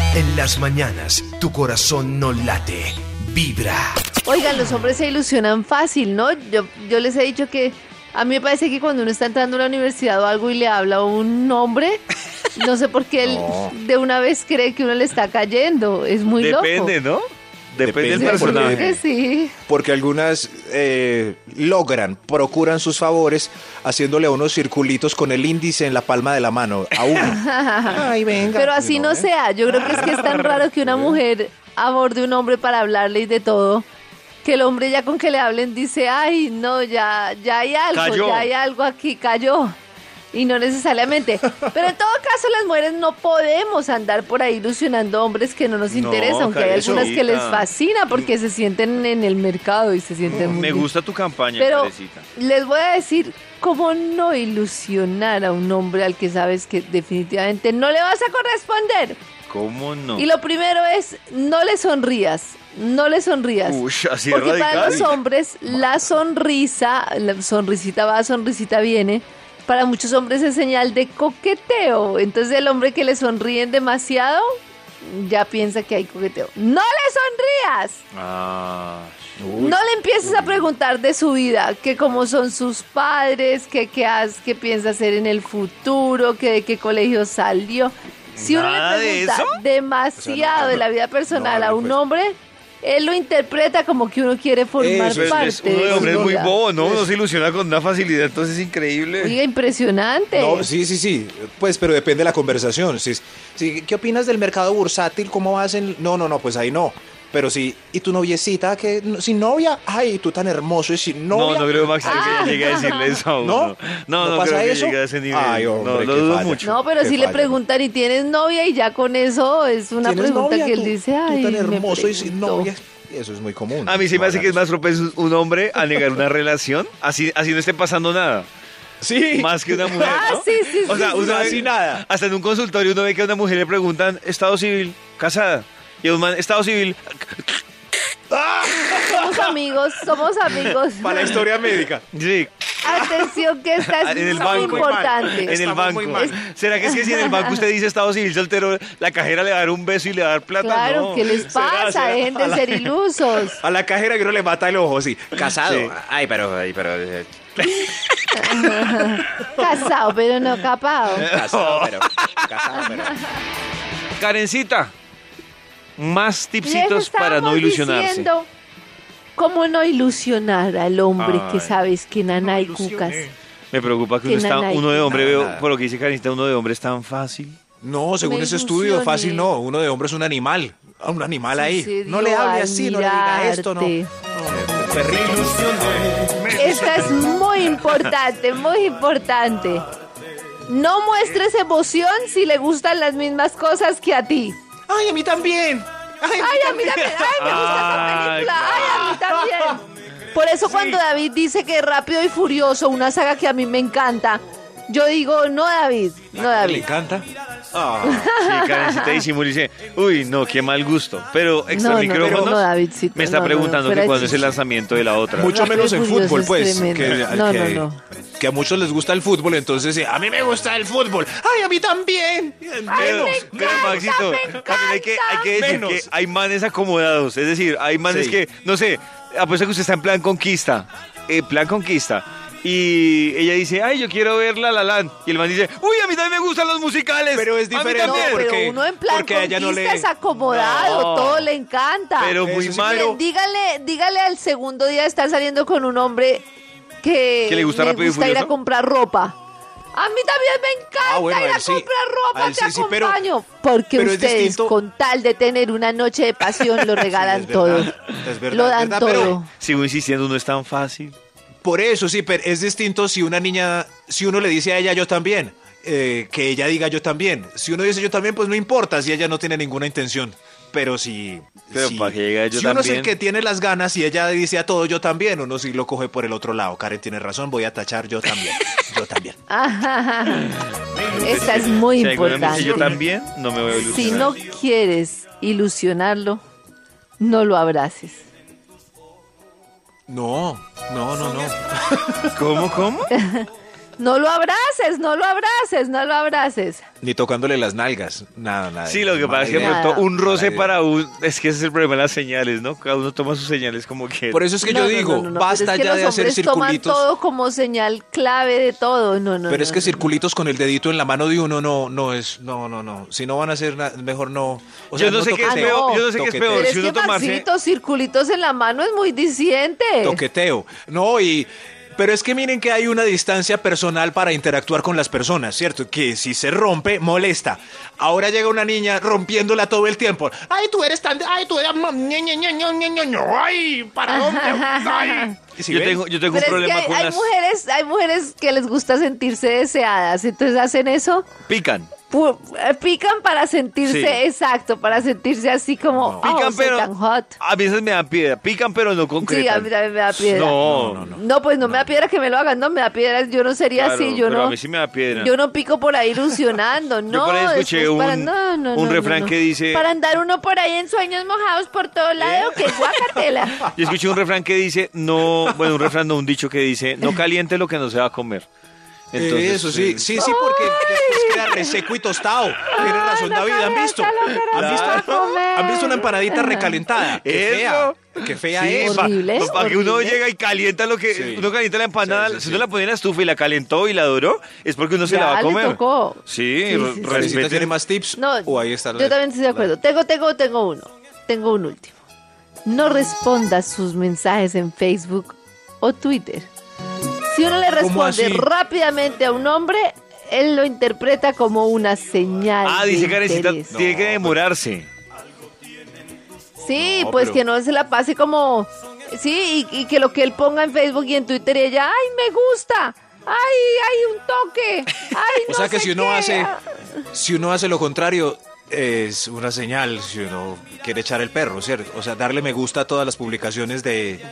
En las mañanas, tu corazón no late, vibra. Oigan, los hombres se ilusionan fácil, ¿no? Yo les he dicho que a mí me parece que cuando uno está entrando a la universidad o algo y le habla a un hombre, no sé por qué él de una vez cree que uno le está cayendo. Es muy Depende, loco. ¿no? Depende del Yo creo personaje. que sí. Porque algunas procuran sus favores haciéndole unos circulitos con el índice en la palma de la mano a uno. Ay, venga. Pero así no sea. Yo creo que es tan raro que una mujer aborde a un hombre para hablarle y de todo, que el hombre ya con que le hablen dice, ay, no, ya hay algo, Cayó. ya hay algo aquí, cayó. Y no necesariamente. Pero en todo caso, las mujeres no podemos andar por ahí ilusionando hombres que no nos interesan, aunque hay Karencita. algunas que les fascina porque se sienten en el mercado y se sienten muy Me bien. gusta tu campaña, Pero Karencita. les voy a decir cómo no ilusionar a un hombre al que sabes que definitivamente no le vas a corresponder. ¿Cómo no? Y lo primero es, no le sonrías. No le sonrías. Uy, así de Porque para radical. los hombres, la sonrisita va, sonrisita viene. Para muchos hombres es señal de coqueteo. Entonces el hombre que le sonríen demasiado, ya piensa que hay coqueteo. ¡No le sonrías! Ah, No le empieces a preguntar de su vida, que cómo son sus padres, qué piensa hacer en el futuro, que de qué colegio salió. Si uno ¿Nada le de pregunta eso? demasiado de la vida personal a un hombre, él lo interpreta como que uno quiere formar Eso es, parte uno de de hombre su es muy vida. bobo, ¿no? Uno se ilusiona con una facilidad, entonces es increíble. Oiga, impresionante. No, sí. Pues, pero depende de la conversación. Sí, ¿qué opinas del mercado bursátil? ¿Cómo vas en...? No, pues ahí no. Pero sí, ¿y tu noviecita que sin novia? Ay, tú tan hermoso y sin novia. No creo, Max, que llegue a decirle eso a uno. ¿No No pasa creo que eso? llegue a ese nivel. Ay, hombre, no, lo qué dudo falla. mucho. No, pero Qué si le falla. preguntan, ¿y tienes novia? Y ya con eso es una ¿Tienes pregunta novia? que él Tú- dice, tú ay, tan me hermoso y sin preguntó. novia. Eso es muy común. A mí sí me hace que es más propenso un hombre a negar una relación, así no esté pasando nada. Sí. Más que una mujer, Ah, ¿no? sí, O sea, uno así ve, nada. hasta en un consultorio uno ve que a una mujer le preguntan, ¿estado civil? ¿Casada? Y a un man, ¿estado civil? Somos amigos. Para la historia médica. Sí, Atención que esta en es el muy banco. importante. En el Estamos banco. muy mal. ¿Será que es que si en el banco usted dice estado civil soltero, la cajera le va a dar un beso y le va a dar plata? Claro, No. ¿qué les pasa? será. Dejen de ser ilusos. A la cajera que uno le mata el ojo, sí. Casado. Sí. Ay, pero Casado, pero no capado. casado, pero. Karencita, más Les tipsitos para no estábamos ilusionarse. diciendo cómo no ilusionar al hombre que Ay. sabes que nanay cucas. Me preocupa que Que uno, nanay. uno de hombre, Nada. veo, por lo que dice Karencita, uno de hombre es tan fácil. No, según Me ese estudio, ilusioné. fácil no. Uno de hombre es un animal. Un animal ahí. Sucedió No le hable al así, no le diga esto, no. mirarte. Perrito. Esta es muy importante, muy importante. No muestres emoción si le gustan las mismas cosas que a ti. Ay, a mí también. Ay, a mí también. Ay, me gusta esa película. Ay, a mí también. Por eso cuando David dice que Rápido y Furioso, una saga que a mí me encanta, yo digo, no, David, no, ¿Le David. encanta? Sí, Karencita disimula y dice, uy, no, qué mal gusto. Pero extra No, micrófonos no, Davidcito, me está no, preguntando fuera que de cuándo es el chiste. lanzamiento de la otra. Mucho Rápido menos y en Furioso fútbol, es pues. tremendo. No, Que a muchos les gusta el fútbol, entonces a mí me gusta el fútbol. Ay, a mí también. Pero, Maxito, también hay que decir Menos. que hay manes acomodados. Es decir, hay manes Sí. que, no sé, apuesta que usted está en plan conquista. Plan conquista. Y ella dice, ay, yo quiero ver La La Land. Y el man dice, uy, a mí también me gustan los musicales. Pero es A mí diferente, No, también". pero porque- uno en plan porque a ella no conquista le- es acomodado, No. todo le encanta. Pero muy Eso sí, mal. pero- Dígale al segundo día de estar saliendo con un hombre que ¿Que le gusta Rápido y gusta ir a Furioso? comprar ropa. A mí también me encanta bueno, ir a él sí. comprar ropa, A él te sí, pero- acompaño. Porque pero es ustedes, distinto. con tal de tener una noche de pasión, lo regalan es todo. verdad, es verdad, Lo es dan verdad, pero- todo. Sigo insistiendo, no es tan fácil. Por eso sí, pero es distinto si una niña, si uno le dice a ella yo también, que ella diga yo también. Si uno dice yo también, pues no importa si ella no tiene ninguna intención. Pero si, Pero si, para que llegue yo si uno es también. el que tiene las ganas y ella dice a todo yo también, uno sí lo coge por el otro lado. Karen tiene razón, voy a tachar yo también. Yo también. Esta es muy Si alguna me dice importante. yo también, no me voy a ilusionar. Si no quieres ilusionarlo, no lo abraces. No. ¿Cómo? No lo abraces, no lo abraces, no lo abraces. Ni tocándole las nalgas. Nada. Sí, lo que pasa es que de idea. pronto un roce Mala idea. para un... Es que ese es el problema de las señales, ¿no? Cada uno toma sus señales como quiere. Por eso es que yo digo, pero basta es que ya los de hacer hombres toman circulitos. todo como señal clave de todo. No. Pero es que circulitos con el dedito en la mano de uno no es. No. Si no van a hacer nada, mejor no. O sea, Yo no sé qué es toqueteo. peor, yo no sé qué es Toqueteo. peor. Pero es Si uno que tomarse... Maxito, circulitos en la mano es muy diciente. Toqueteo. No, pero es que miren que hay una distancia personal para interactuar con las personas, ¿cierto? Que si se rompe, molesta. Ahora llega una niña rompiéndola todo el tiempo. Ay, tú eres tan... Ay, tú eres... Ay, ¿para dónde? Ay. ¿Sí ven? Yo tengo un Pero es que problema con las... hay mujeres que les gusta sentirse deseadas, entonces hacen eso, Pican. pican para sentirse, Sí. exacto, para sentirse así como, oh, Pican, soy pero... tan hot. A veces me dan piedra. Pican, pero no concretan. Sí, a mí también me da piedra. No. No, pues no me da piedra que me lo hagan, no me da piedra, yo no sería Claro, así, yo pero no. a mí sí me da piedra. Yo no pico por ahí ilusionando, no. Yo por ahí escuché después para- un refrán que dice... Para andar uno por ahí en sueños mojados por todo lado, que guacatela. Yo escuché un refrán que dice, no, bueno, un refrán, no, un dicho que dice, no caliente lo que no se va a comer. Entonces, Eso sí, porque después queda reseco y tostado. Tienes razón, no David. ¿Han calienta visto? lo que no se va a comer. ¿Han visto una empanadita recalentada? Qué fea. Eso. Qué fea Sí, es. Horrible. Para que uno horrible. llega y calienta lo que... Sí. Uno calienta la empanada, Sí, sí, si sí. uno la pone en la estufa y la calentó y la doró, es porque uno se Ya la va a le comer. tocó. Sí, Sí, sí, sí. ¿Karencita respeten. tiene más tips? No, O ahí está la- yo también estoy de acuerdo. Tengo uno. Tengo un último. No responda sus mensajes en Facebook o Twitter. Si uno le ¿Cómo responde así? rápidamente a un hombre, él lo interpreta como una señal. Ah, dice de Karencita, interés. tiene que demorarse. Sí, No, pues pero- que no se la pase como... Sí, y que lo que él ponga en Facebook y en Twitter y ella, ¡ay, me gusta! ¡Ay, hay un toque! ¡Ay, no O sea que sé si uno qué". hace lo contrario, es una señal si uno quiere echar el perro, ¿cierto? O sea, darle me gusta a todas las publicaciones de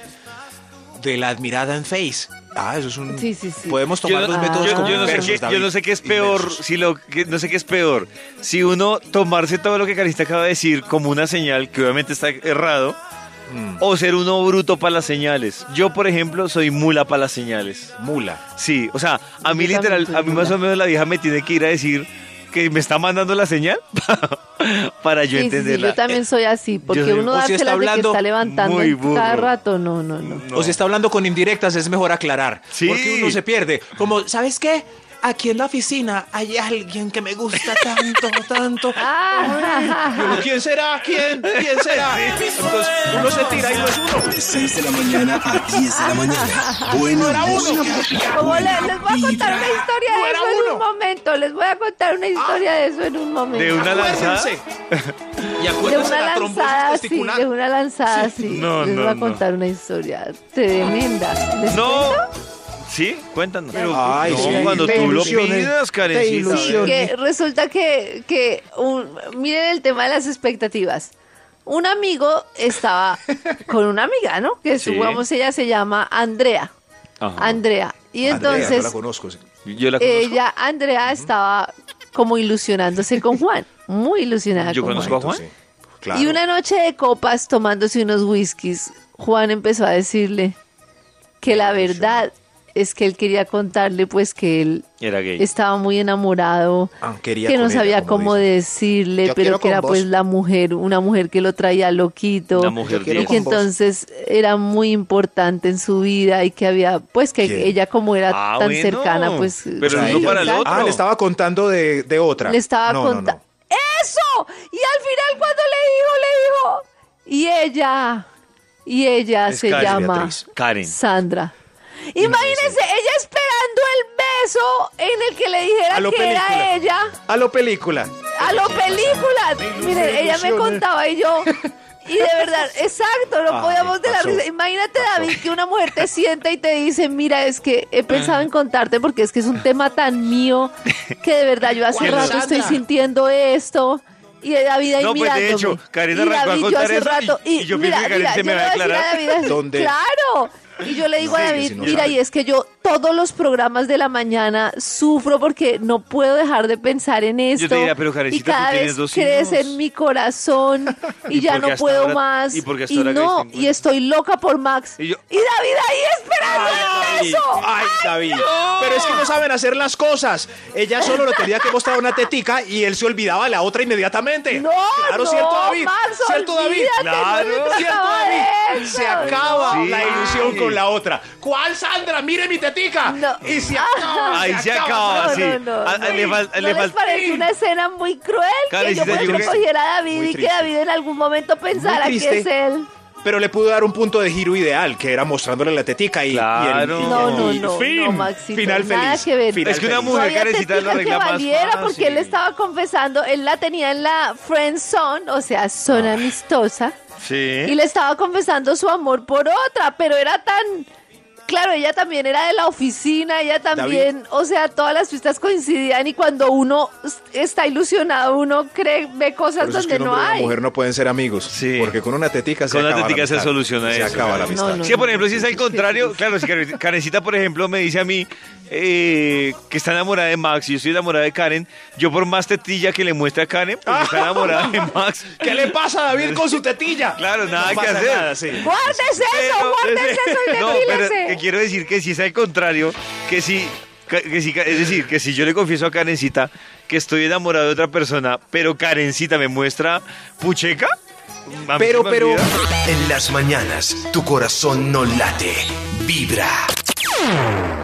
la admirada en Face. Ah, eso es un... Sí, sí, sí. Podemos tomar los Ah. métodos como Yo no sé inversos, qué, David, yo no sé qué es peor, inversos. no sé qué es peor. Si uno tomarse todo lo que Karencita acaba de decir como una señal, que obviamente está errado, o ser uno bruto para las señales. Yo, por ejemplo, soy mula para las señales. Mula. Sí, o sea, a mí Yo también literal, soy a mí más mula. o menos la vieja me tiene que ir a decir que me está mandando la señal para yo Sí, sí, sí, entenderla. yo también soy así, porque soy- uno o si dárselas está de que hablando está levantando muy en cada burro. rato, no. O si está hablando con indirectas, es mejor aclarar. Sí. Porque uno se pierde. Como, ¿sabes qué? Aquí en la oficina hay alguien que me gusta tanto. Ah, Y uno, ¿quién será? ¿Quién será? Entonces uno se tira y no es uno. De 6 de la mañana a 10 de la mañana. Buena música. como buena les voy a contar una vibra. historia No de era eso en un uno. momento, les voy a contar una historia de eso en un momento. ¿De una lanzada? Acuérdense. Y De acuérdense una la trombosis lanzada, sí, testicular. de una lanzada, sí. No, les no, voy a no. contar una historia tremenda. ¿Les No. cuento? ¿Sí? Cuéntanos. Ay, no, sí, cuando te tú lo ilusiones, pidas, te Karencita. ilusiones. Que resulta que miren el tema de las expectativas. Un amigo estaba con una amiga, ¿no? Que Sí. supongamos ella se llama Andrea. Ajá. Andrea. Y Andrea, entonces no la conozco. Sí. Yo la conozco. ella, Andrea, estaba como ilusionándose con Juan. Muy ilusionada Yo con conozco Juan. a Juan. Sí, claro. Y una noche de copas, tomándose unos whiskies, Juan empezó a decirle que la verdad es que él quería contarle pues que él Era gay. estaba muy enamorado, Quería que no con ella, sabía como cómo dice. decirle, Yo pero quiero que era con pues vos. la mujer, una mujer que lo traía loquito. Una mujer Yo quiero Y gay. que con vos. entonces era muy importante en su vida y que había, pues que ¿Quién? ella como era Ah, tan bueno, cercana, pues... pero sí, el uno para el exacto. otro. Le estaba contando de otra. Le estaba No, contando. ¡Eso! Y al final cuando le dijo, y ella Es se Karen, llama Beatriz. Karen. Sandra. Imagínense, ella esperando el beso en el que le dijera A lo que era película. ella, A lo película. a lo película. Miren, ella me contaba y yo... Y de verdad, exacto, no Ay, podíamos de la pasó. risa. Imagínate, David, que una mujer te sienta y te dice, mira, es que he pensado en contarte porque es que es un tema tan mío que de verdad yo hace ¿Cuál, rato Sandra? estoy sintiendo esto. Y David ahí No, pues, de mirándome. hecho, Karen Y arrancó a David, yo contar hace eso rato, y yo pienso que Karen se me yo va a le voy decir aclarar. David, ¿Dónde? Claro. Y yo le digo a No, David, si no mira, sabe. y es que yo todos los programas de la mañana sufro porque no puedo dejar de pensar en esto. Yo te diría, pero y Karencita, cada tú tienes vez 2 crece hijos. en mi corazón y ¿Y ya por qué no hasta puedo ahora- más. y por qué hasta Y ahora no, caíste en cuenta? y estoy loca por Max. Y Y, yo- David ahí esperando Ay, eso. ay, David. Pero es que no saben hacer las cosas. Ella solo le tenía que mostrar una tetica y él se olvidaba de la otra inmediatamente. No, claro, no, cierto, David. Max, Cierto, David. olvídate, Claro, no se cierto, trataba David. de eso, Se acaba no. la Sí. ilusión con la otra. ¿Cuál, Sandra? Mire mi tetica. No. Y se acaba. Ahí se acaba, No, sí. no, no, Ah, no. Le ¿No le les parece una escena muy cruel? Que yo Karencita, por yo ejemplo creo que- cogiera a David Muy y que triste. David en algún momento pensara que triste. es él. Pero le pudo dar un punto de giro ideal, que era mostrándole la tetica y, Claro. No, fin. no, Maxito, Final nada feliz. que ver. Final Es que una feliz. mujer, Todavía Karencita, lo tetica que arregla más valiera fácil. porque él estaba confesando, él la tenía en la friend zone, o sea, zona amistosa, y Sí. le estaba confesando su amor por otra, pero era tan... Claro, ella también era de la oficina, ella también, o sea, todas las fiestas coincidían y cuando uno está ilusionado, uno cree, ve cosas Por eso es que donde un no hombre y hay. una mujer no pueden ser amigos. Sí. Porque con una tetica se Con una acaba la tetica se amistad. soluciona Se eso. acaba la No, amistad. no. Sí, por ejemplo, si es al contrario, claro, si Karencita, por ejemplo, me dice a mí que está enamorada de Max y yo estoy enamorada de Karen, yo por más tetilla que le muestre a Karen, pues está enamorada de Max. ¿Qué le pasa a David con su tetilla? Claro, nada No que pasa hacer. nada, sí. ¡Guárdese eso! Pero- ¡Guárdese eso y No, pero depílese! que quiero decir que si es al contrario, que si, es decir, que si yo le confieso a Karencita que estoy enamorado de otra persona, pero Karencita me muestra pucheca, a mí Pero- se me pero- olvida. En las mañanas, tu corazón no late, vibra.